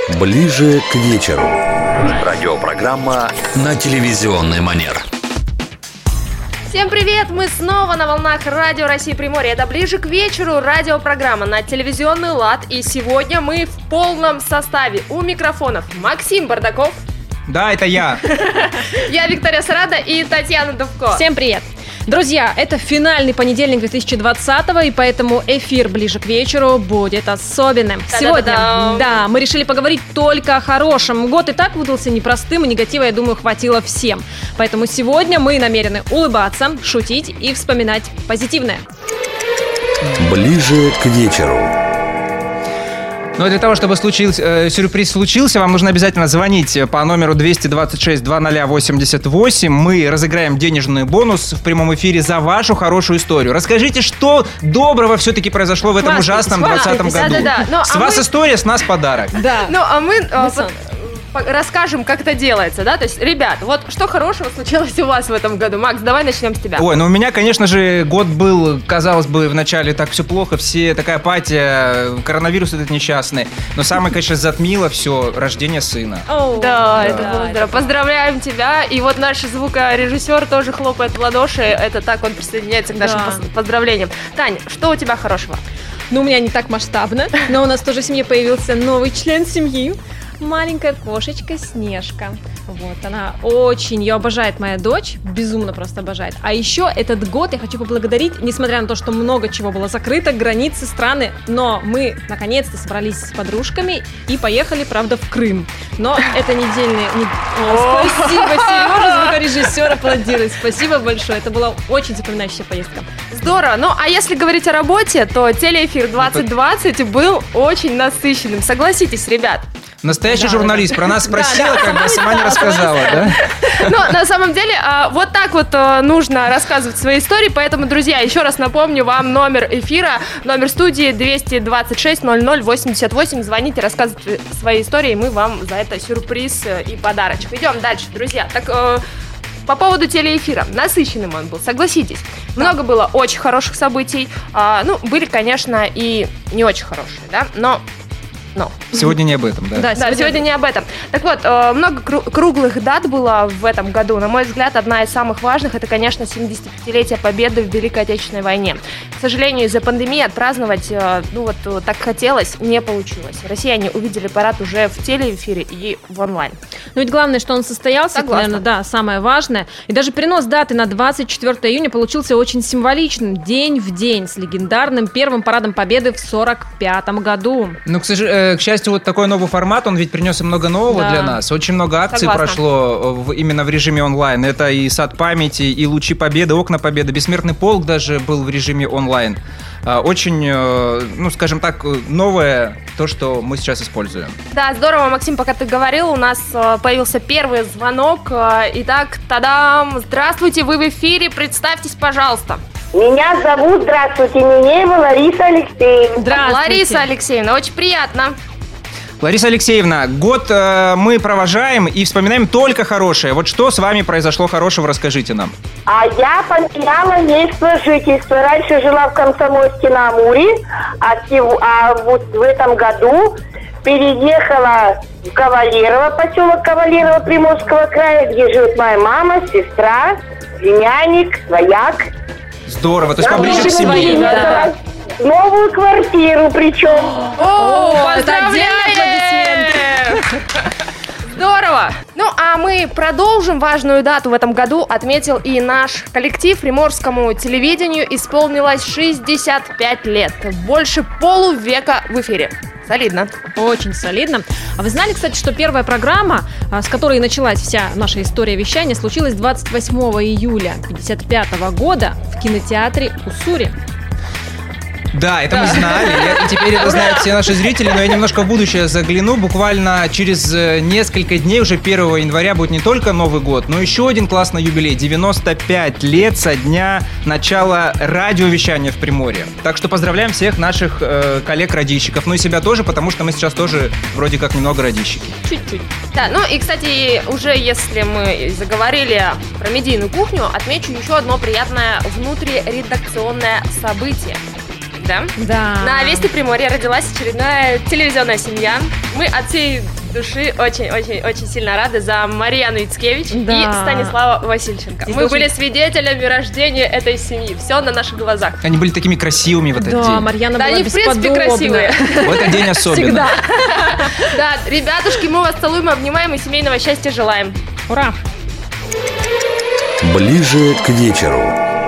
Ближе к вечеру. Радиопрограмма на телевизионный манер. Всем привет! Мы снова на волнах Радио России Приморье. Это «Ближе к вечеру» радиопрограмма на телевизионный лад. И сегодня мы в полном составе. У микрофонов Максим Бардаков. Да, это я. Я Виктория Сарада и Татьяна Дубко. Всем привет! Друзья, это финальный понедельник 2020-го, и поэтому эфир «Ближе к вечеру» будет особенным. Сегодня, мы решили поговорить только о хорошем. Год и так выдался непростым, и негатива, я думаю, хватило всем. Поэтому сегодня мы намерены улыбаться, шутить и вспоминать позитивное. Ближе к вечеру. Но для того, чтобы сюрприз случился, вам нужно обязательно звонить по номеру 226-0088. Мы разыграем денежный бонус в прямом эфире за вашу хорошую историю. Расскажите, что доброго все-таки произошло в этом ужасном 2020 году. С вас история, с нас подарок. Да. Ну, а мы расскажем, как это делается, да? То есть, ребят, вот что хорошего случилось у вас в этом году? Макс, давай начнем с тебя. Ой, ну у меня, конечно же, год был, казалось бы, вначале так все плохо, такая апатия, коронавирус этот несчастный. Но самое, конечно, затмило все рождение сына. Да, это было здорово. Поздравляем тебя. И вот наш звукорежиссер тоже хлопает в ладоши. Это так, он присоединяется к нашим поздравлениям. Тань, что у тебя хорошего? Ну, у меня не так масштабно, но у нас тоже в семье появился новый член семьи. Маленькая кошечка Снежка. Вот, она очень ее обожает, моя дочь, безумно просто обожает. А еще этот год я хочу поблагодарить, несмотря на то, что много чего было закрыто, границы страны, но мы наконец-то собрались с подружками и поехали, правда, в Крым. Но это недельный... Спасибо, Сережа, звукорежиссер, аплодирует. Спасибо большое, это была очень запоминающаяся поездка. Здорово, ну а если говорить о работе, то телеэфир 2020 был очень насыщенным, согласитесь, ребят. Настоящий журналист про нас спросила, как бы сама не рассказала, да? Но на самом деле вот так вот нужно рассказывать свои истории, поэтому, друзья, еще раз напомню вам номер эфира, номер студии 226-00-88. Звоните, рассказывайте свои истории, и мы вам за это сюрприз и подарочек. Идем дальше, друзья. Так, по поводу телеэфира. Насыщенным он был, согласитесь. Много было очень хороших событий. Ну, были, конечно, и не очень хорошие, да, но... Сегодня не об этом, да? Да, сегодня не об этом. Так вот, много круглых дат было в этом году. На мой взгляд, одна из самых важных, это, конечно, 75-летие Победы в Великой Отечественной войне. К сожалению, из-за пандемии отпраздновать, так хотелось, не получилось. Россияне увидели парад уже в телеэфире и в онлайн. Ну ведь главное, что он состоялся, это, наверное, да, самое важное. И даже перенос даты на 24 июня получился очень символичным. День в день с легендарным первым парадом Победы в 45-м году. Ну, к счастью, вот такой новый формат, он ведь принес и много нового для нас. Очень много акций прошло именно в режиме онлайн. Это и Сад памяти, и Лучи Победы, Окна Победы. Бессмертный полк даже был в режиме онлайн. Очень, скажем так, новое то, что мы сейчас используем. Да, здорово, Максим, пока ты говорил, у нас появился первый звонок. Итак, тадам! Здравствуйте, вы в эфире, представьтесь, пожалуйста. Меня зовут, здравствуйте, Минеева Лариса Алексеевна. Здравствуйте. Лариса Алексеевна, очень приятно. Лариса Алексеевна, год мы провожаем и вспоминаем только хорошее. Вот что с вами произошло хорошего, расскажите нам. А я поменяла место жительства. Раньше жила в Комсомольске-на-Амуре, а вот в этом году переехала в Кавалерово, поселок Кавалерово Приморского края, где живет моя мама, сестра, племянник, свояк. Здорово, то есть поближе к семье. Да. Новую квартиру причем. Поздравляем! Здорово! Ну, а мы продолжим. Важную дату в этом году отметил и наш коллектив. Приморскому телевидению исполнилось 65 лет. Больше полувека в эфире. Солидно. Очень солидно. А вы знали, кстати, что первая программа, с которой началась вся наша история вещания, случилась 28 июля 1955 года в кинотеатре «Уссури»? Да, это мы знали, и теперь это знают все наши зрители, но я немножко в будущее загляну. Буквально через несколько дней, уже 1 января, будет не только Новый год, но еще один классный юбилей. 95 лет со дня начала радиовещания в Приморье. Так что поздравляем всех наших коллег-радищиков, ну и себя тоже, потому что мы сейчас тоже вроде как немного радищики. Чуть-чуть. Да, ну и, кстати, уже если мы заговорили про медийную кухню, отмечу еще одно приятное внутриредакционное событие. Да? Да. На Вести Приморья родилась очередная телевизионная семья. Мы от всей души очень-очень-очень сильно рады за Марьяну Ицкевич и Станислава Васильченко. Мы были свидетелями рождения этой семьи. Все на наших глазах. Они были такими красивыми в этот день. Да, Марьяна была они, в принципе, красивые. В этот день особенно. Всегда. Да, ребятушки, мы вас целуем, обнимаем и семейного счастья желаем. Ура! Ближе к вечеру.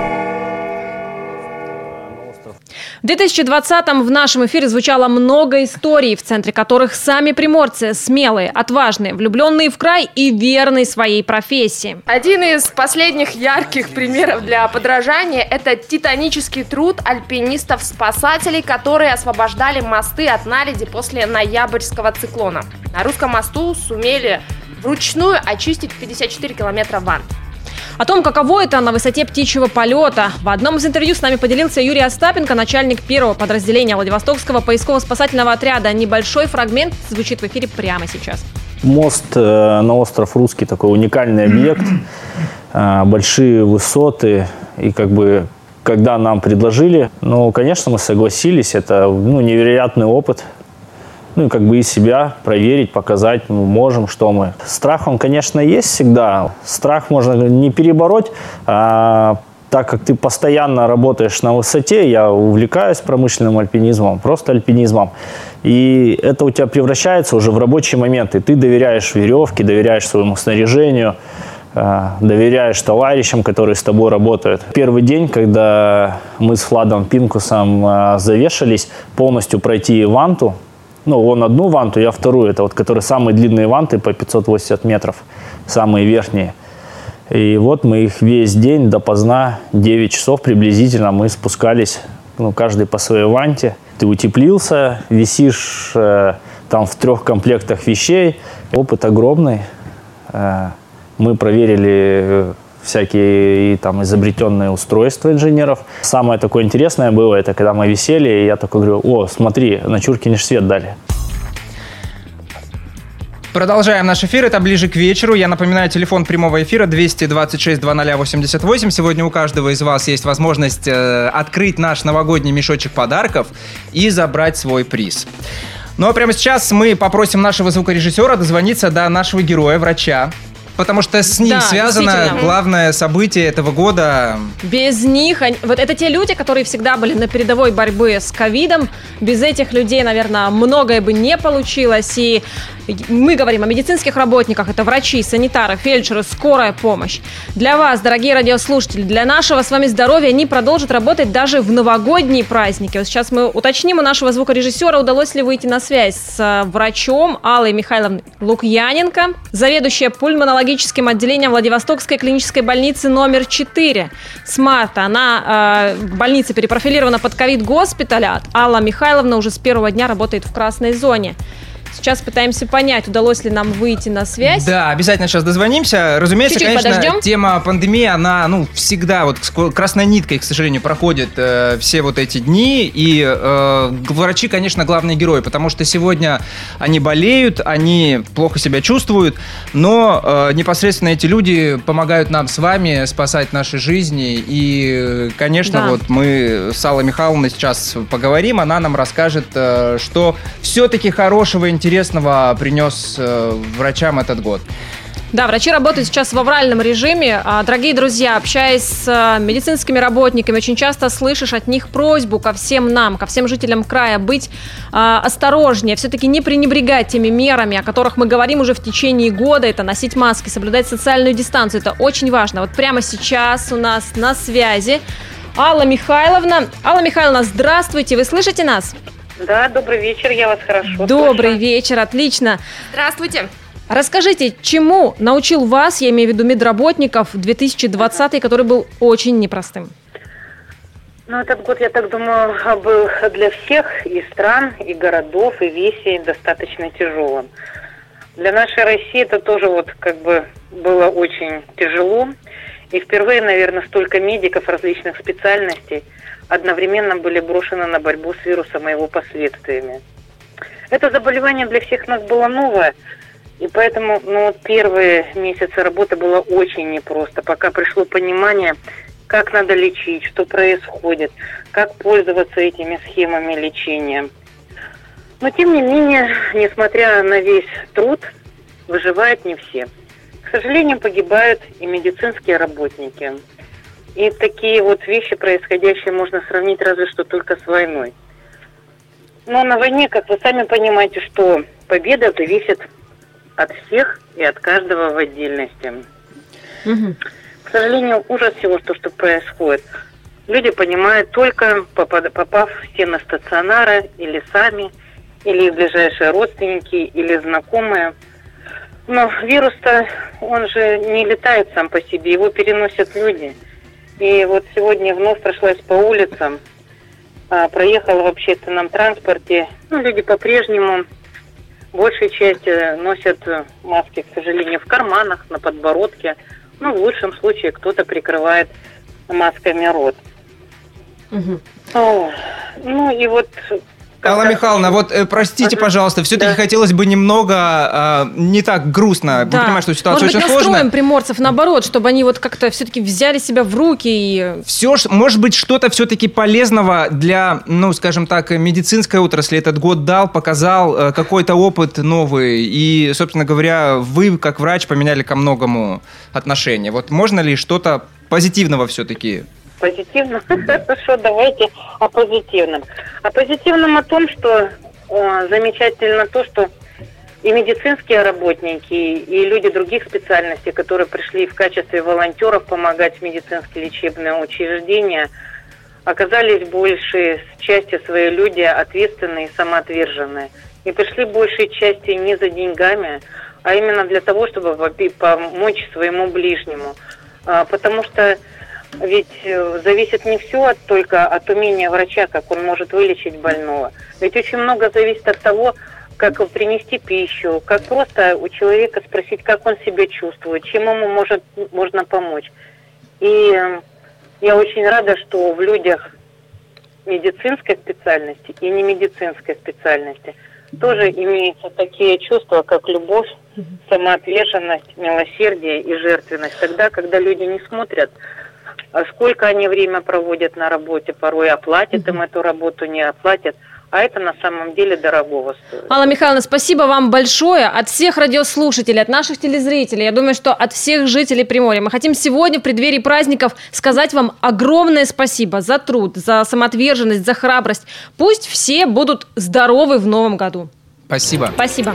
В 2020-м в нашем эфире звучало много историй, в центре которых сами приморцы смелые, отважные, влюбленные в край и верные своей профессии. Один из последних ярких примеров для подражания – это титанический труд альпинистов-спасателей, которые освобождали мосты от наледи после ноябрьского циклона. На Русском мосту сумели вручную очистить 54 километра вант. О том, каково это на высоте птичьего полета, в одном из интервью с нами поделился Юрий Остапенко, начальник первого подразделения Владивостокского поисково-спасательного отряда. Небольшой фрагмент звучит в эфире прямо сейчас. Мост на остров Русский такой уникальный объект, большие высоты, и когда нам предложили, конечно, мы согласились, это невероятный опыт. И себя проверить, показать, можем, что мы. Страх, он, конечно, есть всегда. Страх можно не перебороть, так как ты постоянно работаешь на высоте, я увлекаюсь промышленным альпинизмом, просто альпинизмом. И это у тебя превращается уже в рабочие моменты. Ты доверяешь веревке, доверяешь своему снаряжению, доверяешь товарищам, которые с тобой работают. Первый день, когда мы с Владом Пинкусом завешались, полностью пройти ванту, он одну ванту, я вторую. Это которые самые длинные ванты по 580 метров, самые верхние. И мы их весь день допоздна, 9 часов приблизительно, мы спускались, каждый по своей ванте. Ты утеплился, висишь там в 3 комплектах вещей. Опыт огромный. Мы проверили всякие изобретенные устройства инженеров. Самое такое интересное было, это когда мы висели, и я такой говорю: смотри, на Чуркине свет дали. Продолжаем наш эфир, это ближе к вечеру. Я напоминаю, телефон прямого эфира 226-00-88. Сегодня у каждого из вас есть возможность открыть наш новогодний мешочек подарков и забрать свой приз. Ну а прямо сейчас мы попросим нашего звукорежиссера дозвониться до нашего героя, врача. Потому что с ним связано главное событие этого года. Без них, это те люди, которые всегда были на передовой борьбы с ковидом. Без этих людей, наверное, многое бы не получилось. И мы говорим о медицинских работниках. Это врачи, санитары, фельдшеры, скорая помощь. Для вас, дорогие радиослушатели, для нашего с вами здоровья они продолжат работать даже в новогодние праздники. Вот сейчас мы уточним у нашего звукорежиссера, удалось ли выйти на связь с врачом Аллой Михайловной Лукьяненко, заведующая пульмонологическим отделением Владивостокской клинической больницы номер 4. С марта она в больнице перепрофилирована под ковид-госпиталь. Алла Михайловна уже с первого дня работает в красной зоне. Сейчас пытаемся понять, удалось ли нам выйти на связь. Да, обязательно сейчас дозвонимся. Разумеется, чуть-чуть конечно, подождем. Тема пандемии, она, всегда красной ниткой, к сожалению, проходит все эти дни. И врачи, конечно, главные герои, потому что сегодня они болеют, они плохо себя чувствуют, но непосредственно эти люди помогают нам с вами спасать наши жизни. И, конечно, мы с Аллой Михайловной сейчас поговорим, она нам расскажет, что все-таки хорошего, интересного принес врачам этот год. Да, врачи работают сейчас в авральном режиме. Дорогие друзья, общаясь с медицинскими работниками, очень часто слышишь от них просьбу ко всем нам, ко всем жителям края быть осторожнее, все-таки не пренебрегать теми мерами, о которых мы говорим уже в течение года. Это носить маски, соблюдать социальную дистанцию. Это очень важно. Вот прямо сейчас у нас на связи Алла Михайловна. Алла Михайловна, здравствуйте, вы слышите нас? Да, добрый вечер, я вас хорошо Добрый слышу. вечер, отлично. Здравствуйте. Расскажите, чему научил вас, я имею в виду медработников, 2020, который был очень непростым? Этот год, я так думаю, был для всех и стран, и городов, и весей достаточно тяжелым. Для нашей России это тоже было очень тяжело. И впервые, наверное, столько медиков различных специальностей одновременно были брошены на борьбу с вирусом и его последствиями. Это заболевание для всех нас было новое, и поэтому первые месяцы работы было очень непросто, пока пришло понимание как надо лечить, что происходит, как пользоваться этими схемами лечения. Но, тем не менее, несмотря на весь труд, выживают не все. К сожалению, погибают и медицинские работники. И такие вот вещи, происходящие, можно сравнить разве что только с войной. Но на войне, как вы сами понимаете, что победа зависит от всех и от каждого в отдельности. К сожалению, ужас всего, что происходит, люди понимают только попав в стены стационара или сами, или их ближайшие родственники, или знакомые. Но вирус-то, он же не летает сам по себе, его переносят люди. И вот сегодня вновь прошлась по улицам, проехала в общественном транспорте. Люди по-прежнему, большей части, носят маски, к сожалению, в карманах, на подбородке. В лучшем случае кто-то прикрывает масками рот. И вот... Алла Михайловна, вот простите, пожалуйста, все-таки хотелось бы немного не так грустно. Да. Вы понимаете, что ситуация очень сложная. Может быть, настроим сложная. приморцев наоборот, чтобы они вот как-то все-таки взяли себя в руки и... Может быть, что-то все-таки полезного для, скажем так, медицинской отрасли этот год дал, показал какой-то опыт новый. И, собственно говоря, вы, как врач, поменяли ко многому отношение. Вот можно ли что-то позитивного все-таки? Позитивно? Хорошо, давайте о позитивном. О позитивном о том, что замечательно то, что и медицинские работники, и люди других специальностей, которые пришли в качестве волонтеров помогать в медицинские лечебные учреждения, оказались большей части свои люди ответственные и самоотверженные. И пришли большей части не за деньгами, а именно для того, чтобы помочь своему ближнему. Потому что ведь зависит не все только от умения врача, как он может вылечить больного. Ведь очень много зависит от того, как принести пищу, как просто у человека спросить, как он себя чувствует, чем ему можно помочь. И я очень рада, что в людях медицинской специальности и не медицинской специальности тоже имеются такие чувства, как любовь, самоотверженность, милосердие и жертвенность. Тогда, когда люди не смотрят, сколько они время проводят на работе, порой оплатят им эту работу, не оплатят, а это на самом деле дорогого стоит. Алла Михайловна, спасибо вам большое от всех радиослушателей, от наших телезрителей, я думаю, что от всех жителей Приморья. Мы хотим сегодня в преддверии праздников сказать вам огромное спасибо за труд, за самоотверженность, за храбрость. Пусть все будут здоровы в новом году. Спасибо. Спасибо.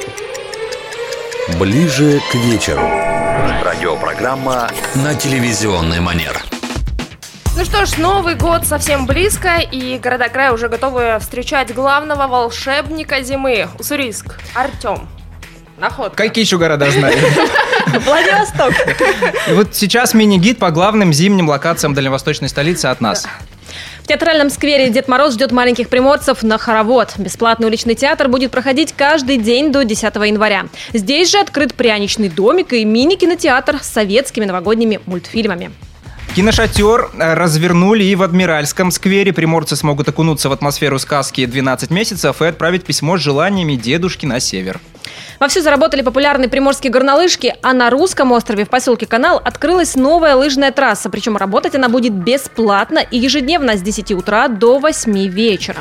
Ближе к вечеру. Радиопрограмма на телевизионный манер. Ну что ж, Новый год совсем близко, и города края уже готовы встречать главного волшебника зимы – Уссурийск. Артем. Находка. Какие еще города знаете? Владивосток. И вот сейчас мини-гид по главным зимним локациям дальневосточной столицы от нас. В театральном сквере Дед Мороз ждет маленьких приморцев на хоровод. Бесплатный уличный театр будет проходить каждый день до 10 января. Здесь же открыт пряничный домик и мини-кинотеатр с советскими новогодними мультфильмами. Киношатер развернули и в Адмиральском сквере. Приморцы смогут окунуться в атмосферу сказки «12 месяцев» и отправить письмо с желаниями дедушки на север. Вовсю заработали популярные приморские горнолыжки, а на Русском острове в поселке Канал открылась новая лыжная трасса. Причем работать она будет бесплатно и ежедневно с 10 утра до 8 вечера.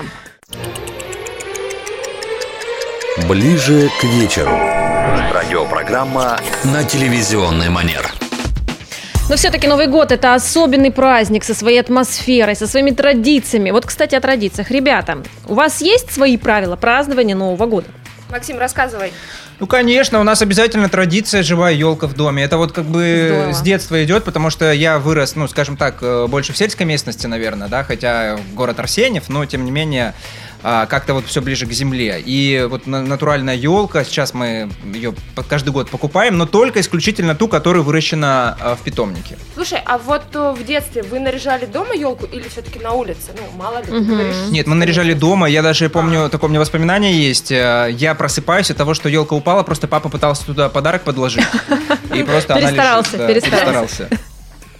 Ближе к вечеру. Радиопрограмма на телевизионный манер. Но все-таки Новый год – это особенный праздник со своей атмосферой, со своими традициями. Вот, кстати, о традициях. Ребята, у вас есть свои правила празднования Нового года? Максим, рассказывай. Ну, конечно, у нас обязательно традиция живая елка в доме. Это вот как бы Здорово. с детства идет, потому что я вырос, ну, скажем так, больше в сельской местности, наверное, да, хотя город Арсеньев, но тем не менее как-то вот все ближе к земле. И вот натуральная елка, сейчас мы ее каждый год покупаем, но только исключительно ту, которая выращена в питомнике. Слушай, а вот в детстве вы наряжали дома елку или все-таки на улице? Ну, мало ли, ты говоришь. Нет, мы наряжали дома. Я даже помню, такое у меня воспоминание есть. Я просыпаюсь от того, что елка упала, просто папа пытался туда подарок подложить. И просто она лежит. Перестарался. Перестарался.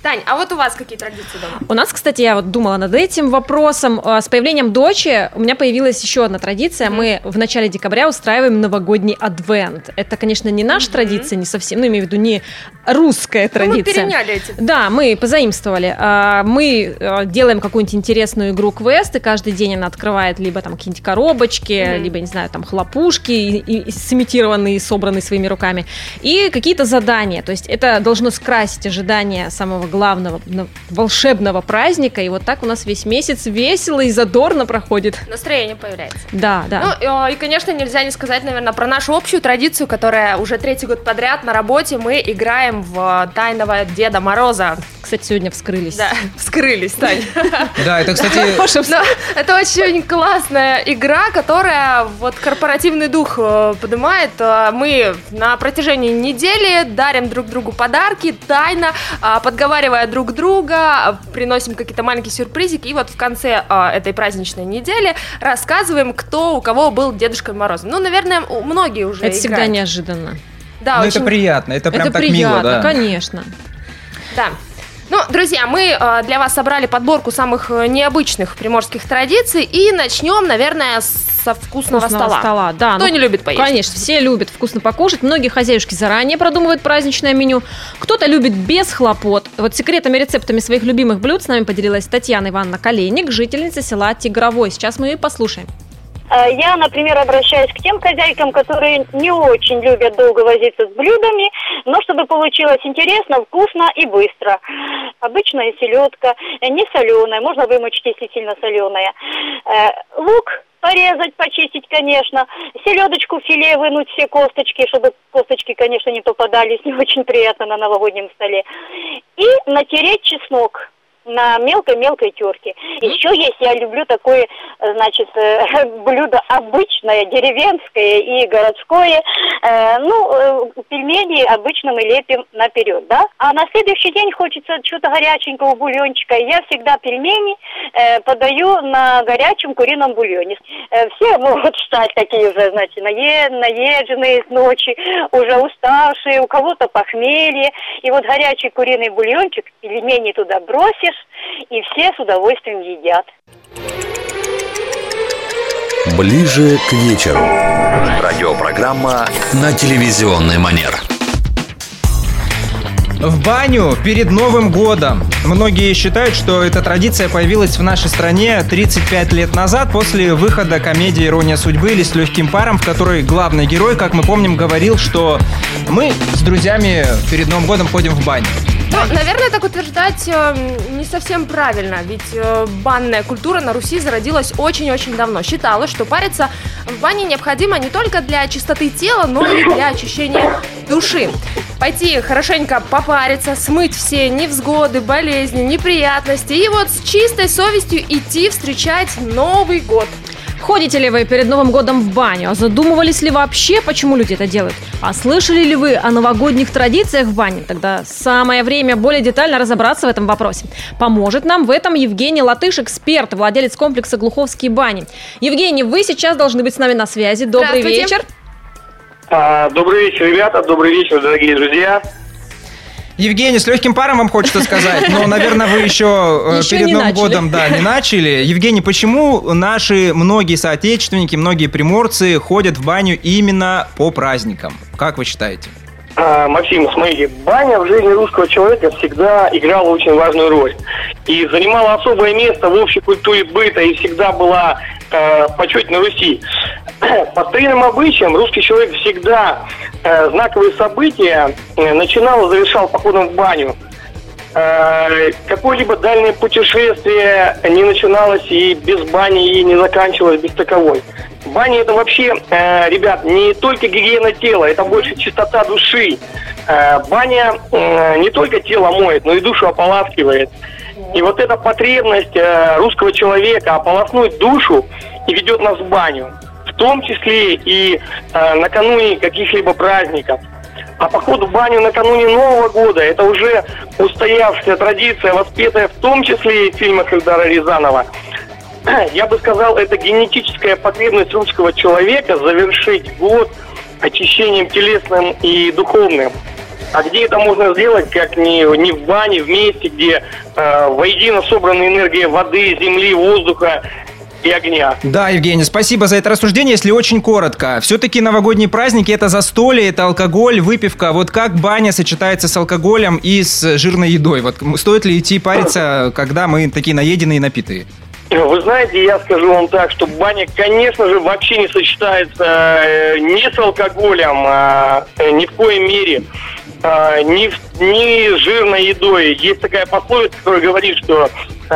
Тань, а вот у вас какие традиции дома? У нас, кстати, я вот думала над этим вопросом. С появлением дочери у меня появилась еще одна традиция. Мы в начале декабря устраиваем новогодний адвент. Это, конечно, не наша традиция, не совсем, имею в виду не русская традиция. Мы переняли эти. Да, мы позаимствовали. Мы делаем какую-нибудь интересную игру-квест, и каждый день она открывает либо там какие-нибудь коробочки, либо, не знаю, там хлопушки, и сымитированные, собранные своими руками, и какие-то задания. То есть это должно скрасить ожидания самого главного волшебного праздника, и вот так у нас весь месяц весело и задорно проходит. Настроение появляется. Да. Ну, и, конечно, нельзя не сказать, наверное, про нашу общую традицию, которая уже 3-й год подряд на работе мы играем в тайного Деда Мороза. Кстати, сегодня вскрылись. Да, вскрылись, Тань. Да, это, кстати... Это очень классная игра, которая вот корпоративный дух поднимает. Мы на протяжении недели дарим друг другу подарки, тайно, подговаривая друг друга, приносим какие-то маленькие сюрпризики, и вот в конце этой праздничной недели рассказываем, кто у кого был Дедушкой Морозом. Ну, наверное, многие уже играют. Это всегда неожиданно. Да, очень... это приятно, это прям так мило, да. Конечно. Да. Ну, друзья, мы для вас собрали подборку самых необычных приморских традиций и начнем, наверное, со вкусного стола. Да, Кто не любит поесть? Конечно, все любят вкусно покушать. Многие хозяюшки заранее продумывают праздничное меню. Кто-то любит без хлопот. Вот секретами, рецептами своих любимых блюд с нами поделилась Татьяна Ивановна Коленник, жительница села Тигровой. Сейчас мы ее послушаем. Я, например, обращаюсь к тем хозяйкам, которые не очень любят долго возиться с блюдами, но чтобы получилось интересно, вкусно и быстро. Обычная селедка, не соленая, можно вымочить, если сильно соленая. Лук порезать, почистить, конечно. Селедочку, филе вынуть все косточки, чтобы косточки, конечно, не попадались, не очень приятно на новогоднем столе. И натереть чеснок на мелкой-мелкой терке. Еще есть, я люблю такое, значит, блюдо обычное, деревенское и городское. Пельмени обычно мы лепим наперед, да? А на следующий день хочется что-то горяченького, бульончика. Я всегда пельмени подаю на горячем курином бульоне. Все могут стать такие уже, значит, наеденные с ночи, уже уставшие, у кого-то похмелье. И вот горячий куриный бульончик, пельмени туда бросишь, и все с удовольствием едят. Ближе к вечеру. Радиопрограмма на телевизионный манер. В баню перед Новым годом. Многие считают, что эта традиция появилась в нашей стране 35 лет назад после выхода комедии «Ирония судьбы» или «С легким паром», в которой главный герой, как мы помним, говорил, что мы с друзьями перед Новым годом ходим в баню. Ну, наверное, так утверждать не совсем правильно, ведь банная культура на Руси зародилась очень-очень давно. Считалось, что париться в бане необходимо не только для чистоты тела, но и для очищения души. Пойти хорошенько попариться, смыть все невзгоды, болезни, неприятности и вот с чистой совестью идти встречать Новый год. Ходите ли вы перед Новым годом в баню? А задумывались ли вообще, почему люди это делают? А слышали ли вы о новогодних традициях в бане? Тогда самое время более детально разобраться в этом вопросе. Поможет нам в этом Евгений Латыш, эксперт, владелец комплекса «Глуховские бани». Евгений, вы сейчас должны быть с нами на связи. Добрый вечер. Добрый вечер, ребята. Добрый вечер, дорогие друзья. Евгений, с легким паром вам хочется сказать, но, наверное, вы еще перед Новым годом не начали. Евгений, почему наши многие соотечественники, многие приморцы ходят в баню именно по праздникам? Как вы считаете? Максим, смотрите, баня в жизни русского человека всегда играла очень важную роль. И занимала особое место в общей культуре быта и всегда была почет на Руси. По старинным обычаям русский человек всегда знаковые события начинал и завершал походом в баню. Какое-либо дальнее путешествие не начиналось и без бани, и не заканчивалось без таковой. Баня — это вообще, ребят, не только гигиена тела, это больше чистота души. Баня не только тело моет, но и душу ополаскивает. И вот эта потребность русского человека ополоснуть душу и ведет нас в баню, в том числе и накануне каких-либо праздников. А поход в баню накануне Нового года — это уже устоявшаяся традиция, воспетая в том числе и в фильмах Эльдара Рязанова. Я бы сказал, это генетическая потребность русского человека завершить год очищением телесным и духовным. А где это можно сделать, как не в бане, в месте, где воедино собрана энергия воды, земли, воздуха и огня. Да, Евгений, спасибо за это рассуждение. Если очень коротко, все-таки новогодние праздники – это застолье, это алкоголь, выпивка. Вот как баня сочетается с алкоголем и с жирной едой? Вот стоит ли идти париться, когда мы такие наеденные и напитые? Вы знаете, я скажу вам так, что баня, конечно же, вообще не сочетается ни с алкоголем, ни в коей мере, ни с жирной едой. Есть такая пословица, которая говорит, что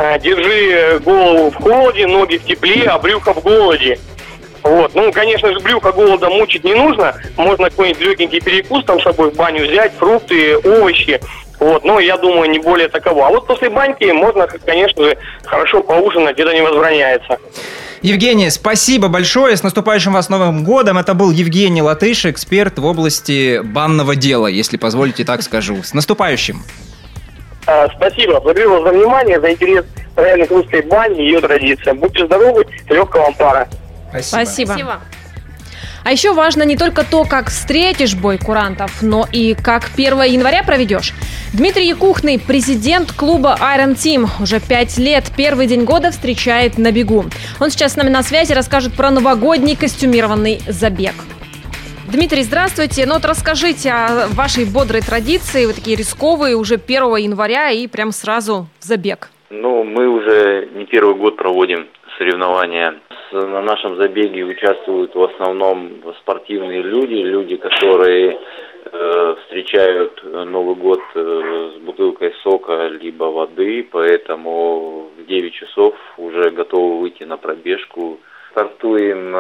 держи голову в холоде, ноги в тепле, а брюхо в голоде. Вот. Ну, конечно же, брюхо голода мучить не нужно. Можно какой-нибудь легенький перекус там с собой в баню взять, фрукты, овощи. Вот, но я думаю, не более таково. А вот после баньки можно, конечно же, хорошо поужинать, это не возбраняется. Евгений, спасибо большое. С наступающим вас Новым годом. Это был Евгений Латыш, эксперт в области банного дела, если позволите так скажу. С наступающим. Спасибо. Благодарю вас за внимание, за интерес реально к русской бане и ее традициям. Будьте здоровы, легкого вам пара. Спасибо. А еще важно не только то, как встретишь бой курантов, но и как 1 января проведешь. Дмитрий Якухный, президент клуба Iron Team, уже 5 лет первый день года встречает на бегу. Он сейчас с нами на связи, расскажет про новогодний костюмированный забег. Дмитрий, здравствуйте. Ну вот расскажите о вашей бодрой традиции. Вы такие рисковые уже 1 января и прям сразу в забег. Ну, мы уже не первый год проводим соревнования. На нашем забеге участвуют в основном спортивные люди, которые встречают Новый год с бутылкой сока либо воды, поэтому в 9 часов уже готовы выйти на пробежку. Стартуем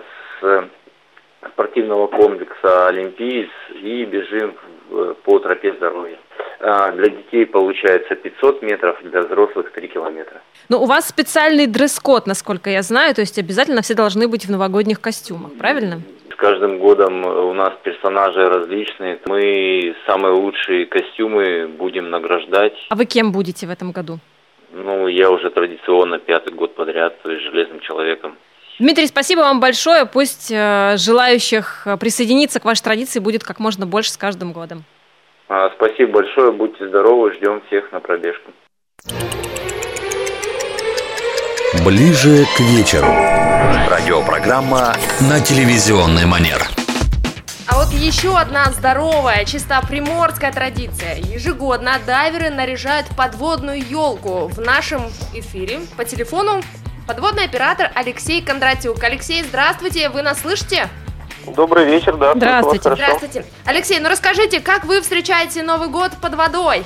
с спортивного комплекса «Олимпиец» и бежим по тропе здоровья. Для детей получается 500 метров, для взрослых 3 километра. Ну, у вас специальный дресс-код, насколько я знаю, то есть обязательно все должны быть в новогодних костюмах, правильно? С каждым годом у нас персонажи различные. Мы самые лучшие костюмы будем награждать. А вы кем будете в этом году? Ну, я уже традиционно 5-й год подряд, то есть железным человеком. Дмитрий, спасибо вам большое. Пусть желающих присоединиться к вашей традиции будет как можно больше с каждым годом. Спасибо большое, будьте здоровы, ждем всех на пробежку. Ближе к вечеру. Радиопрограмма на телевизионный манер. А вот еще одна здоровая, чисто приморская традиция. Ежегодно дайверы наряжают подводную елку. В нашем эфире по телефону подводный оператор Алексей Кондратюк. Алексей, здравствуйте, вы нас слышите? Добрый вечер, да. Здравствуйте. Здравствуйте. Алексей, ну расскажите, как вы встречаете Новый год под водой?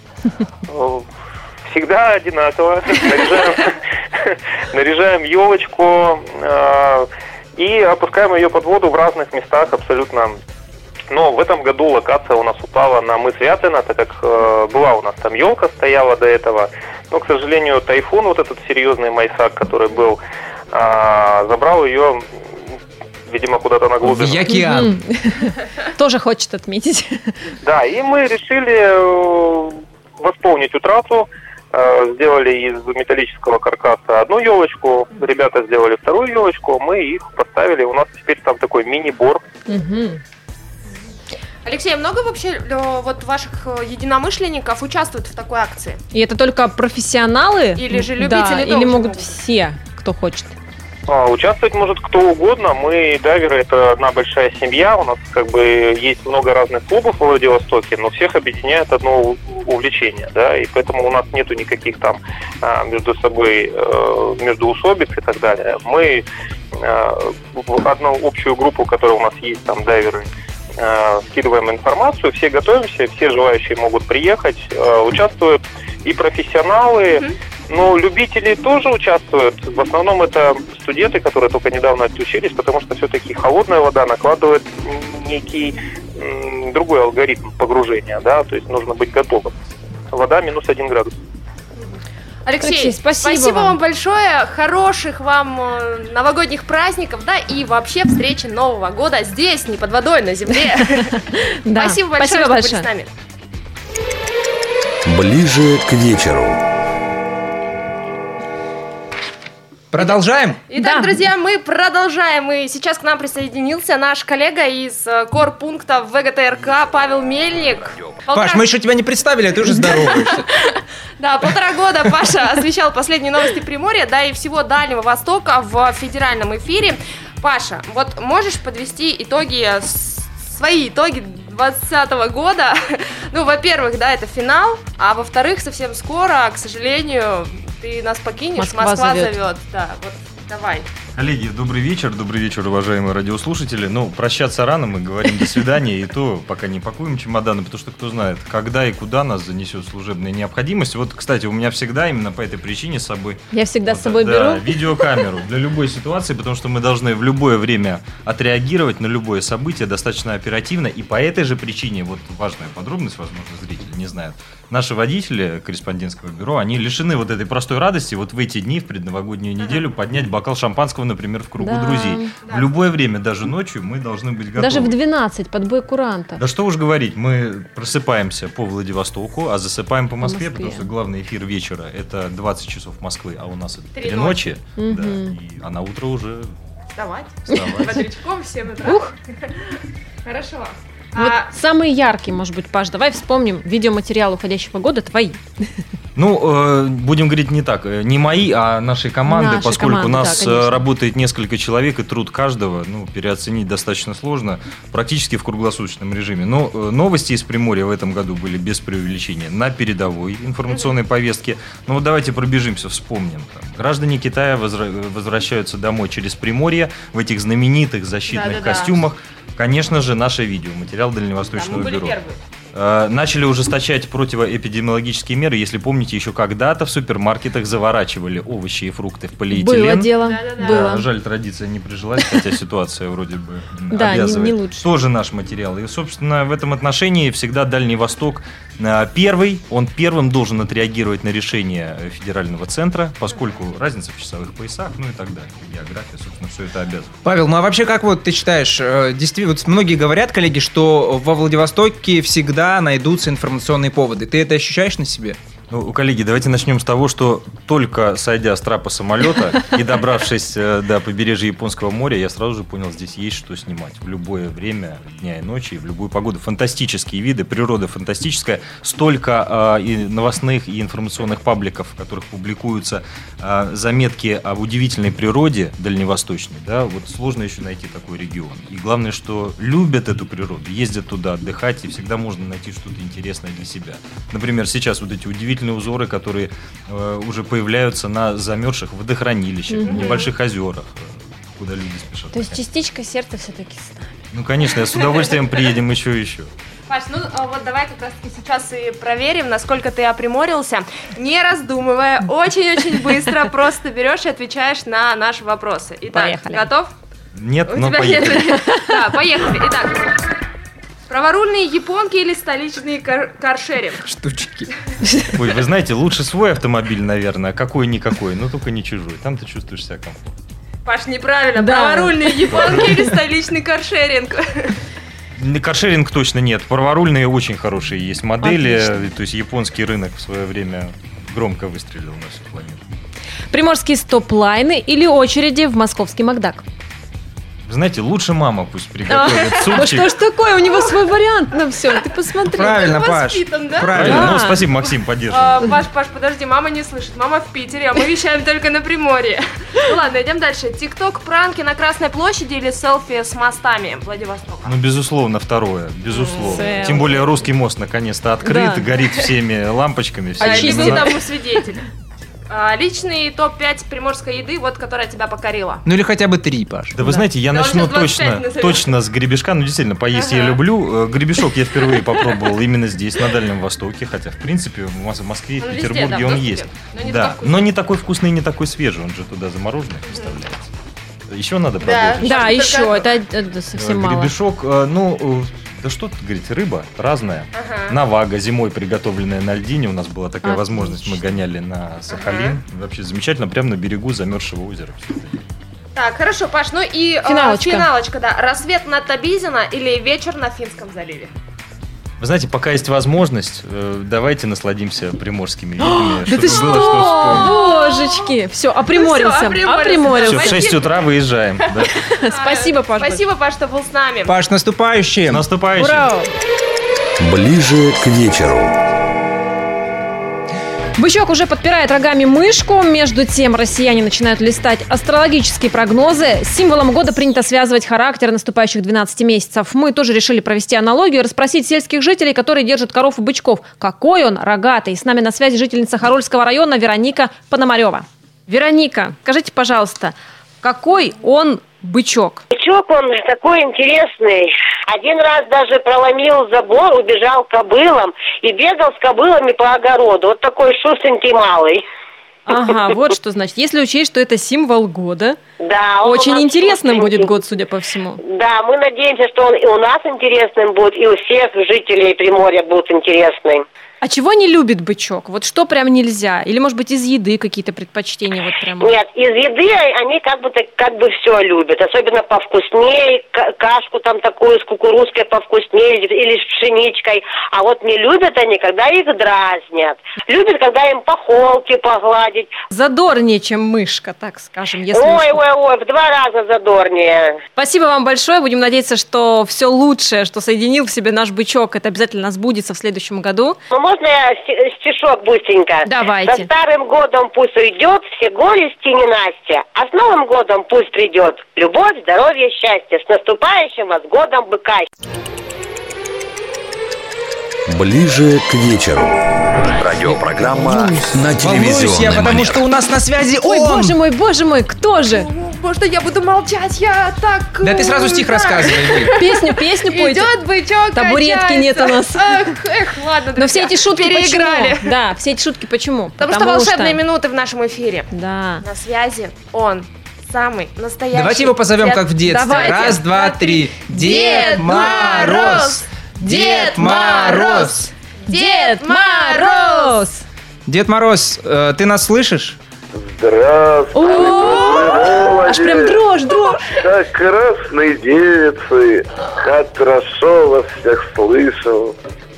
Всегда одинаково. Наряжаем елочку и опускаем ее под воду в разных местах абсолютно. Но в этом году локация у нас упала на мыс Вятына, так как была у нас там елка, стояла до этого. Но, к сожалению, тайфун, вот этот серьезный майсак, который был, забрал ее, видимо, куда-то на глубину. В океан. Тоже хочет отметить. Да, и мы решили восполнить утрату. Сделали из металлического каркаса одну елочку, ребята сделали вторую елочку, мы их поставили. У нас теперь там такой мини-бор. Алексей, много вообще вот ваших единомышленников участвуют в такой акции? И это только профессионалы? Или же любители да, тоже или могут все, кто хочет? Участвовать может кто угодно. Мы, дайверы, это одна большая семья. У нас как бы есть много разных клубов в Владивостоке, но всех объединяет одно увлечение, да, и поэтому у нас нету никаких там между собой междоусобиц и так далее. Мы в одну общую группу, которая у нас есть, там дайверы, скидываем информацию, все готовимся, все желающие могут приехать, участвуют и профессионалы. Но любители тоже участвуют. В основном это студенты, которые только недавно отключились, потому что все-таки холодная вода накладывает некий другой алгоритм погружения, да, то есть нужно быть готовым. Вода -1 градус. Алексей, спасибо вам большое, хороших вам новогодних праздников, да, и вообще встречи Нового года здесь, не под водой, на земле. Спасибо большое, что были с нами. Ближе к вечеру. Продолжаем? Итак, Да. друзья, мы продолжаем. И сейчас к нам присоединился наш коллега из корпункта ВГТРК Павел Мельник. Паш, мы еще тебя не представили, а ты уже здороваешься. Да, 1,5 года Паша освещал последние новости Приморья, да и всего Дальнего Востока в федеральном эфире. Паша, вот можешь подвести свои итоги 2020 года? Ну, во-первых, да, это финал, а во-вторых, совсем скоро, к сожалению, ты нас покинешь, Москва зовет. Да, вот давай. Коллеги, добрый вечер, уважаемые радиослушатели. Ну, прощаться рано, мы говорим до свидания, и то пока не пакуем чемоданы, потому что кто знает, когда и куда нас занесет служебная необходимость. Вот, кстати, у меня всегда именно по этой причине с собой... Я всегда с собой беру. Видеокамеру для любой ситуации, потому что мы должны в любое время отреагировать на любое событие достаточно оперативно, и по этой же причине, вот важная подробность, возможно, зрители не знают, наши водители корреспондентского бюро, они лишены вот этой простой радости вот в эти дни, в предновогоднюю неделю, поднять бокал шампанского, например, в кругу Да. друзей. Да. В любое время, даже ночью, мы должны быть готовы. Даже в 12 под бой куранта. Да что уж говорить, мы просыпаемся по Владивостоку, а засыпаем по Москве, Москве. потому что главный эфир вечера — это 20 часов Москвы, а у нас это 3 3 ночи. Мгм. Да, а на утро уже Вставать. вставать. Бодрячком в 7 утра. Ух. Хорошо. Вот самый яркий, может быть, Паш, давай вспомним видеоматериал уходящего года твои. Ну, будем говорить не так, не мои, а нашей команды, Нашей поскольку команды, у нас да, конечно. работает несколько человек, и труд каждого, переоценить достаточно сложно, практически в круглосуточном режиме. Но новости из Приморья в этом году были без преувеличения на передовой информационной повестке. Ну вот давайте пробежимся, вспомним. Там, граждане Китая возвращаются домой через Приморье в этих знаменитых защитных Да-да-да. костюмах. Конечно же, наше видео, материал Да, Дальневосточного мы были бюро. первые. Начали ужесточать противоэпидемиологические меры. Если помните, еще когда-то в супермаркетах заворачивали овощи и фрукты в полиэтилен. Было дело. Да-да-да. Было. Жаль, традиция не прижилась, хотя ситуация вроде бы Да, обязывает. не лучше. Тоже наш материал. И, собственно, в этом отношении всегда Дальний Восток он первым должен отреагировать на решение федерального центра, поскольку разница в часовых поясах, ну и так далее. География, собственно, все это обязывает. Павел, ну а вообще как вот ты считаешь, действительно, вот многие говорят, коллеги, что во Владивостоке всегда найдутся информационные поводы. Ты это ощущаешь на себе? Ну, коллеги, давайте начнем с того, что только сойдя с трапа самолета и добравшись до побережья Японского моря, я сразу же понял, здесь есть что снимать. В любое время дня и ночи, в любую погоду. Фантастические виды, природа фантастическая. Столько и новостных, и информационных пабликов, в которых публикуются заметки об удивительной природе дальневосточной. Да, вот сложно еще найти такой регион. И главное, что любят эту природу, ездят туда отдыхать, и всегда можно найти что-то интересное для себя. Например, сейчас вот эти удивительные узоры, которые уже появляются на замерзших водохранилищах, на небольших озерах, куда люди спешат. То есть частичка сердца все-таки с нами. Ну, конечно, я с удовольствием приедем еще и еще. Паш, ну вот давай как раз таки сейчас и проверим, насколько ты оприморился. Не раздумывая, очень-очень быстро просто берешь и отвечаешь на наши вопросы. Итак, Поехали. готов? Нет, У но тебя поехали. нет. Да, поехали. Итак, праворульные японки или столичный каршеринг? Штучки. Ой, вы знаете, лучше свой автомобиль, наверное, а какой-никакой, но только не чужой. Там ты чувствуешь себя комфортно. Паш, неправильно. Да. Праворульные японки или столичный каршеринг? Каршеринг точно нет. Праворульные очень хорошие есть модели. Отлично. То есть японский рынок в свое время громко выстрелил на всю планету. Приморские стоп-лайны или очереди в московский Макдак? Вы знаете, лучше мама пусть приготовит Ну супчик. что ж такое, у него свой вариант на все, ты посмотри. Правильно, Паш. Воспитан, да? Правильно, Да. ну спасибо, Максим, поддерживает. Паш, подожди, мама не слышит. Мама в Питере, а мы вещаем только на Приморье. Ну ладно, идем дальше. Тикток, пранки на Красной площади или селфи с мостами Владивостока? Ну, безусловно, второе, безусловно. Сэм. Тем более русский мост наконец-то открыт, Да. горит всеми лампочками. А всеми Иди именами. тому свидетель. Личный топ-5 приморской еды, вот которая тебя покорила. Ну или хотя бы 3, Паш. Да вы знаете, я Да он начну сейчас 25 назовет. точно с гребешка. Ну, действительно, поесть я Ага. люблю. Гребешок я впервые попробовал именно здесь, на Дальнем Востоке. Хотя, в принципе, в Москве и в Он везде, Петербурге да, в он доступе, есть. но не Да, такой вкусный. но не такой вкусный и не такой свежий. Он же туда замороженный представляется. Еще надо Да. продолжить. Да, Только- еще, это совсем мало. Гребешок, да что тут говорить, рыба разная. Ага. Навага зимой приготовленная на льдине. У нас была такая Отлично. возможность. Мы гоняли на Сахалин. Вообще замечательно, прямо на берегу замерзшего озера. Всё это есть. Так, хорошо, Паш, ну и Финалочка. финалочка, да. Рассвет на Табизино или вечер на Финском заливе? Вы знаете, пока есть возможность, давайте насладимся приморскими видами. Да ты что? Божечки! Все, оприморимся. Все, в 6 утра выезжаем. Спасибо, Паш. Спасибо, Паш, что был с нами. Паш, наступающим! Наступающим! Ура! Ближе к вечеру. Бычок уже подпирает рогами мышку. Между тем, россияне начинают листать астрологические прогнозы. С символом года принято связывать характер наступающих 12 месяцев. Мы тоже решили провести аналогию и расспросить сельских жителей, которые держат коров и бычков. Какой он рогатый? С нами на связи жительница Харольского района Вероника Пономарева. Вероника, скажите, пожалуйста, какой он бычок? Бычок, он такой интересный. Один раз даже проломил забор, убежал к кобылам и бегал с кобылами по огороду. Вот такой шустренький малый. Ага, вот что значит. Если учесть, что это символ года, да, очень интересным будет год, судя по всему. Да, мы надеемся, что он и у нас интересным будет, и у всех жителей Приморья будет интересный. А чего не любит бычок? Вот что прям нельзя? Или, может быть, из еды какие-то предпочтения? Вот прямо? Нет, из еды они как бы все любят. Особенно повкуснее, кашку там такую с кукурузкой повкуснее или с пшеничкой. А вот не любят они, когда их дразнят. Любят, когда им по холке погладить. Задорнее, чем мышка, так скажем. Если ой, в 2 раза задорнее. Спасибо вам большое. Будем надеяться, что все лучшее, что соединил в себе наш бычок, это обязательно сбудется в следующем году. Можно я стишок быстренько? Давайте. Со старым годом пусть уйдет все горести ненастья, а с Новым годом пусть придет любовь, здоровье, счастье. С наступающим вас годом быка. Ближе к вечеру. Радиопрограмма на телевизионной я, потому манер. что у нас на связи Ой, он! боже мой, кто же? Может, я буду молчать, я так... Да ты сразу стих рассказывай. Песню пойте. Идет бычок, Табуретки нет у нас. Эх, ладно, Но все эти шутки переиграли. почему? Да, все эти шутки почему? Потому что волшебные минуты в нашем эфире. Да. На связи он, самый настоящий. Давайте его позовем, как в детстве. Давайте. Раз, два, три. Дед Мороз! Дед Мороз! Дед Мороз! Дед Мороз, ты нас слышишь? Здравствуйте, Аж прям дрожь. как красные девицы, как хорошо вас всех слышал.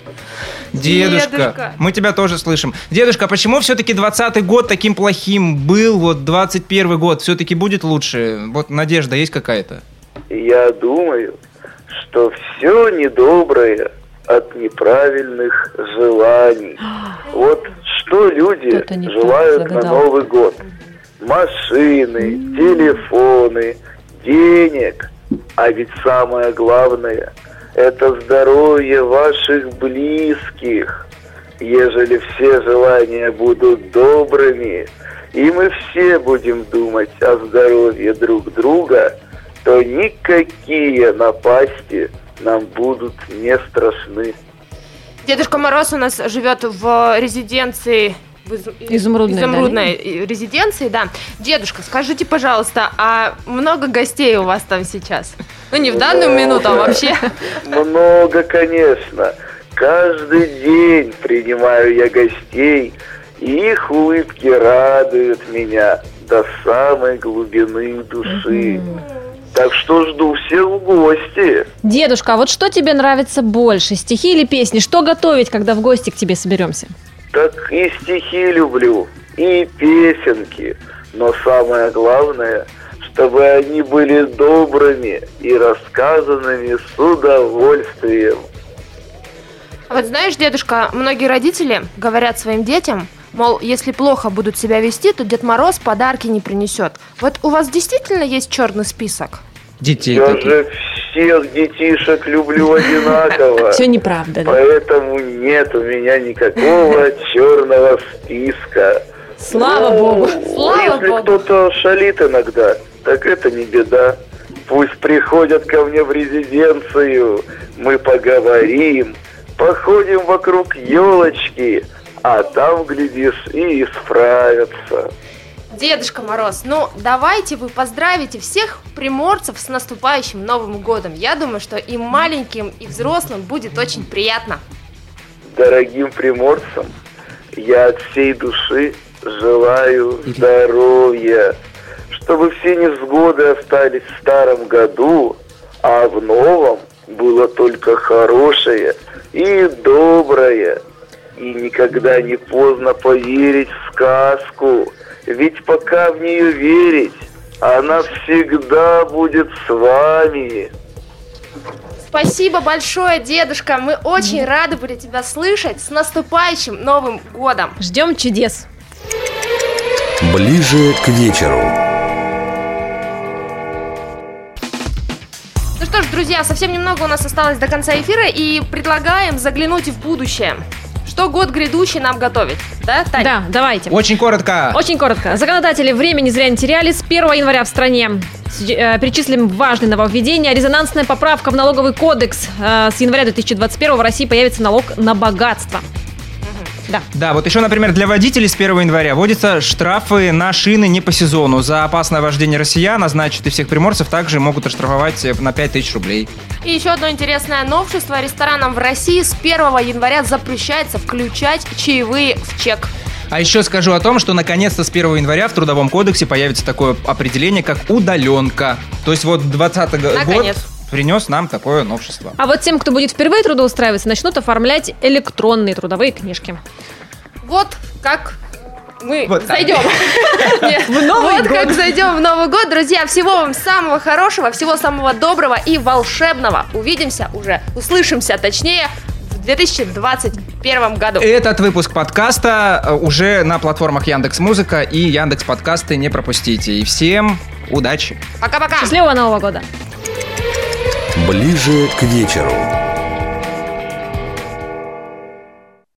Дедушка, мы тебя тоже слышим. Дедушка, почему все-таки 20-й год таким плохим был, вот 21-й год все-таки будет лучше? Вот надежда есть какая-то? Я думаю, что все недоброе от неправильных желаний. Вот что люди желают на Новый год? Машины, телефоны, денег. А ведь самое главное – это здоровье ваших близких. Ежели все желания будут добрыми, и мы все будем думать о здоровье друг друга, то никакие напасти нам будут не страшны. Дедушка Мороз у нас живет в резиденции... Изумрудной резиденции, да. Дедушка, скажите, пожалуйста, а много гостей у вас там сейчас? Ну, не в данную минуту, а вообще. Много, конечно. Каждый день принимаю я гостей, и их улыбки радуют меня до самой глубины души. Так что жду всех в гости. Дедушка, а вот что тебе нравится больше, стихи или песни? Что готовить, когда в гости к тебе соберемся? Так и стихи люблю, и песенки. Но самое главное, чтобы они были добрыми и рассказанными с удовольствием. А вот знаешь, дедушка, многие родители говорят своим детям, мол, если плохо будут себя вести, то Дед Мороз подарки не принесет. Вот у вас действительно есть черный список? Детей Я же всех детишек люблю одинаково. Все неправда, да? Поэтому нет у меня никакого черного списка. Слава Богу! Если кто-то шалит иногда, так это не беда. Пусть приходят ко мне в резиденцию, мы поговорим, походим вокруг елочки, а там, глядишь, и исправятся. Дедушка Мороз, ну давайте вы поздравите всех приморцев с наступающим Новым годом. Я думаю, что и маленьким, и взрослым будет очень приятно. Дорогим приморцам я от всей души желаю здоровья, чтобы все невзгоды остались в старом году, а в новом было только хорошее и доброе. И никогда не поздно поверить в сказку, ведь пока в нее верить, она всегда будет с вами. Спасибо большое, дедушка. Мы очень рады были тебя слышать. С наступающим Новым годом. Ждем чудес. Ближе к вечеру. Ну что ж, друзья, совсем немного у нас осталось до конца эфира, и предлагаем заглянуть в будущее. Что год грядущий нам готовит? Да, Таня? Да, давайте. Очень коротко. Очень коротко. Законодатели времени зря не теряли. С 1 января в стране перечислим важные нововведения. Резонансная поправка в налоговый кодекс. С января 2021 в России появится налог на богатство. Да, вот еще, например, для водителей с 1 января вводятся штрафы на шины не по сезону. За опасное вождение россиян, а значит и всех приморцев, также могут оштрафовать на 5000 рублей. И еще одно интересное новшество. Ресторанам в России с 1 января запрещается включать чаевые в чек. А еще скажу о том, что наконец-то с 1 января в Трудовом кодексе появится такое определение, как удаленка. То есть вот 2020 год принес нам такое новшество. А вот тем, кто будет впервые трудоустраиваться, начнут оформлять электронные трудовые книжки. Вот как мы вот зайдем. Вот как зайдем в Новый год. Друзья, всего вам самого хорошего, всего самого доброго и волшебного. Увидимся уже, услышимся точнее в 2021 году. Этот выпуск подкаста уже на платформах Яндекс.Музыка и Яндекс.Подкасты, не пропустите. И всем удачи. Пока-пока. Счастливого Нового года. Ближе к вечеру.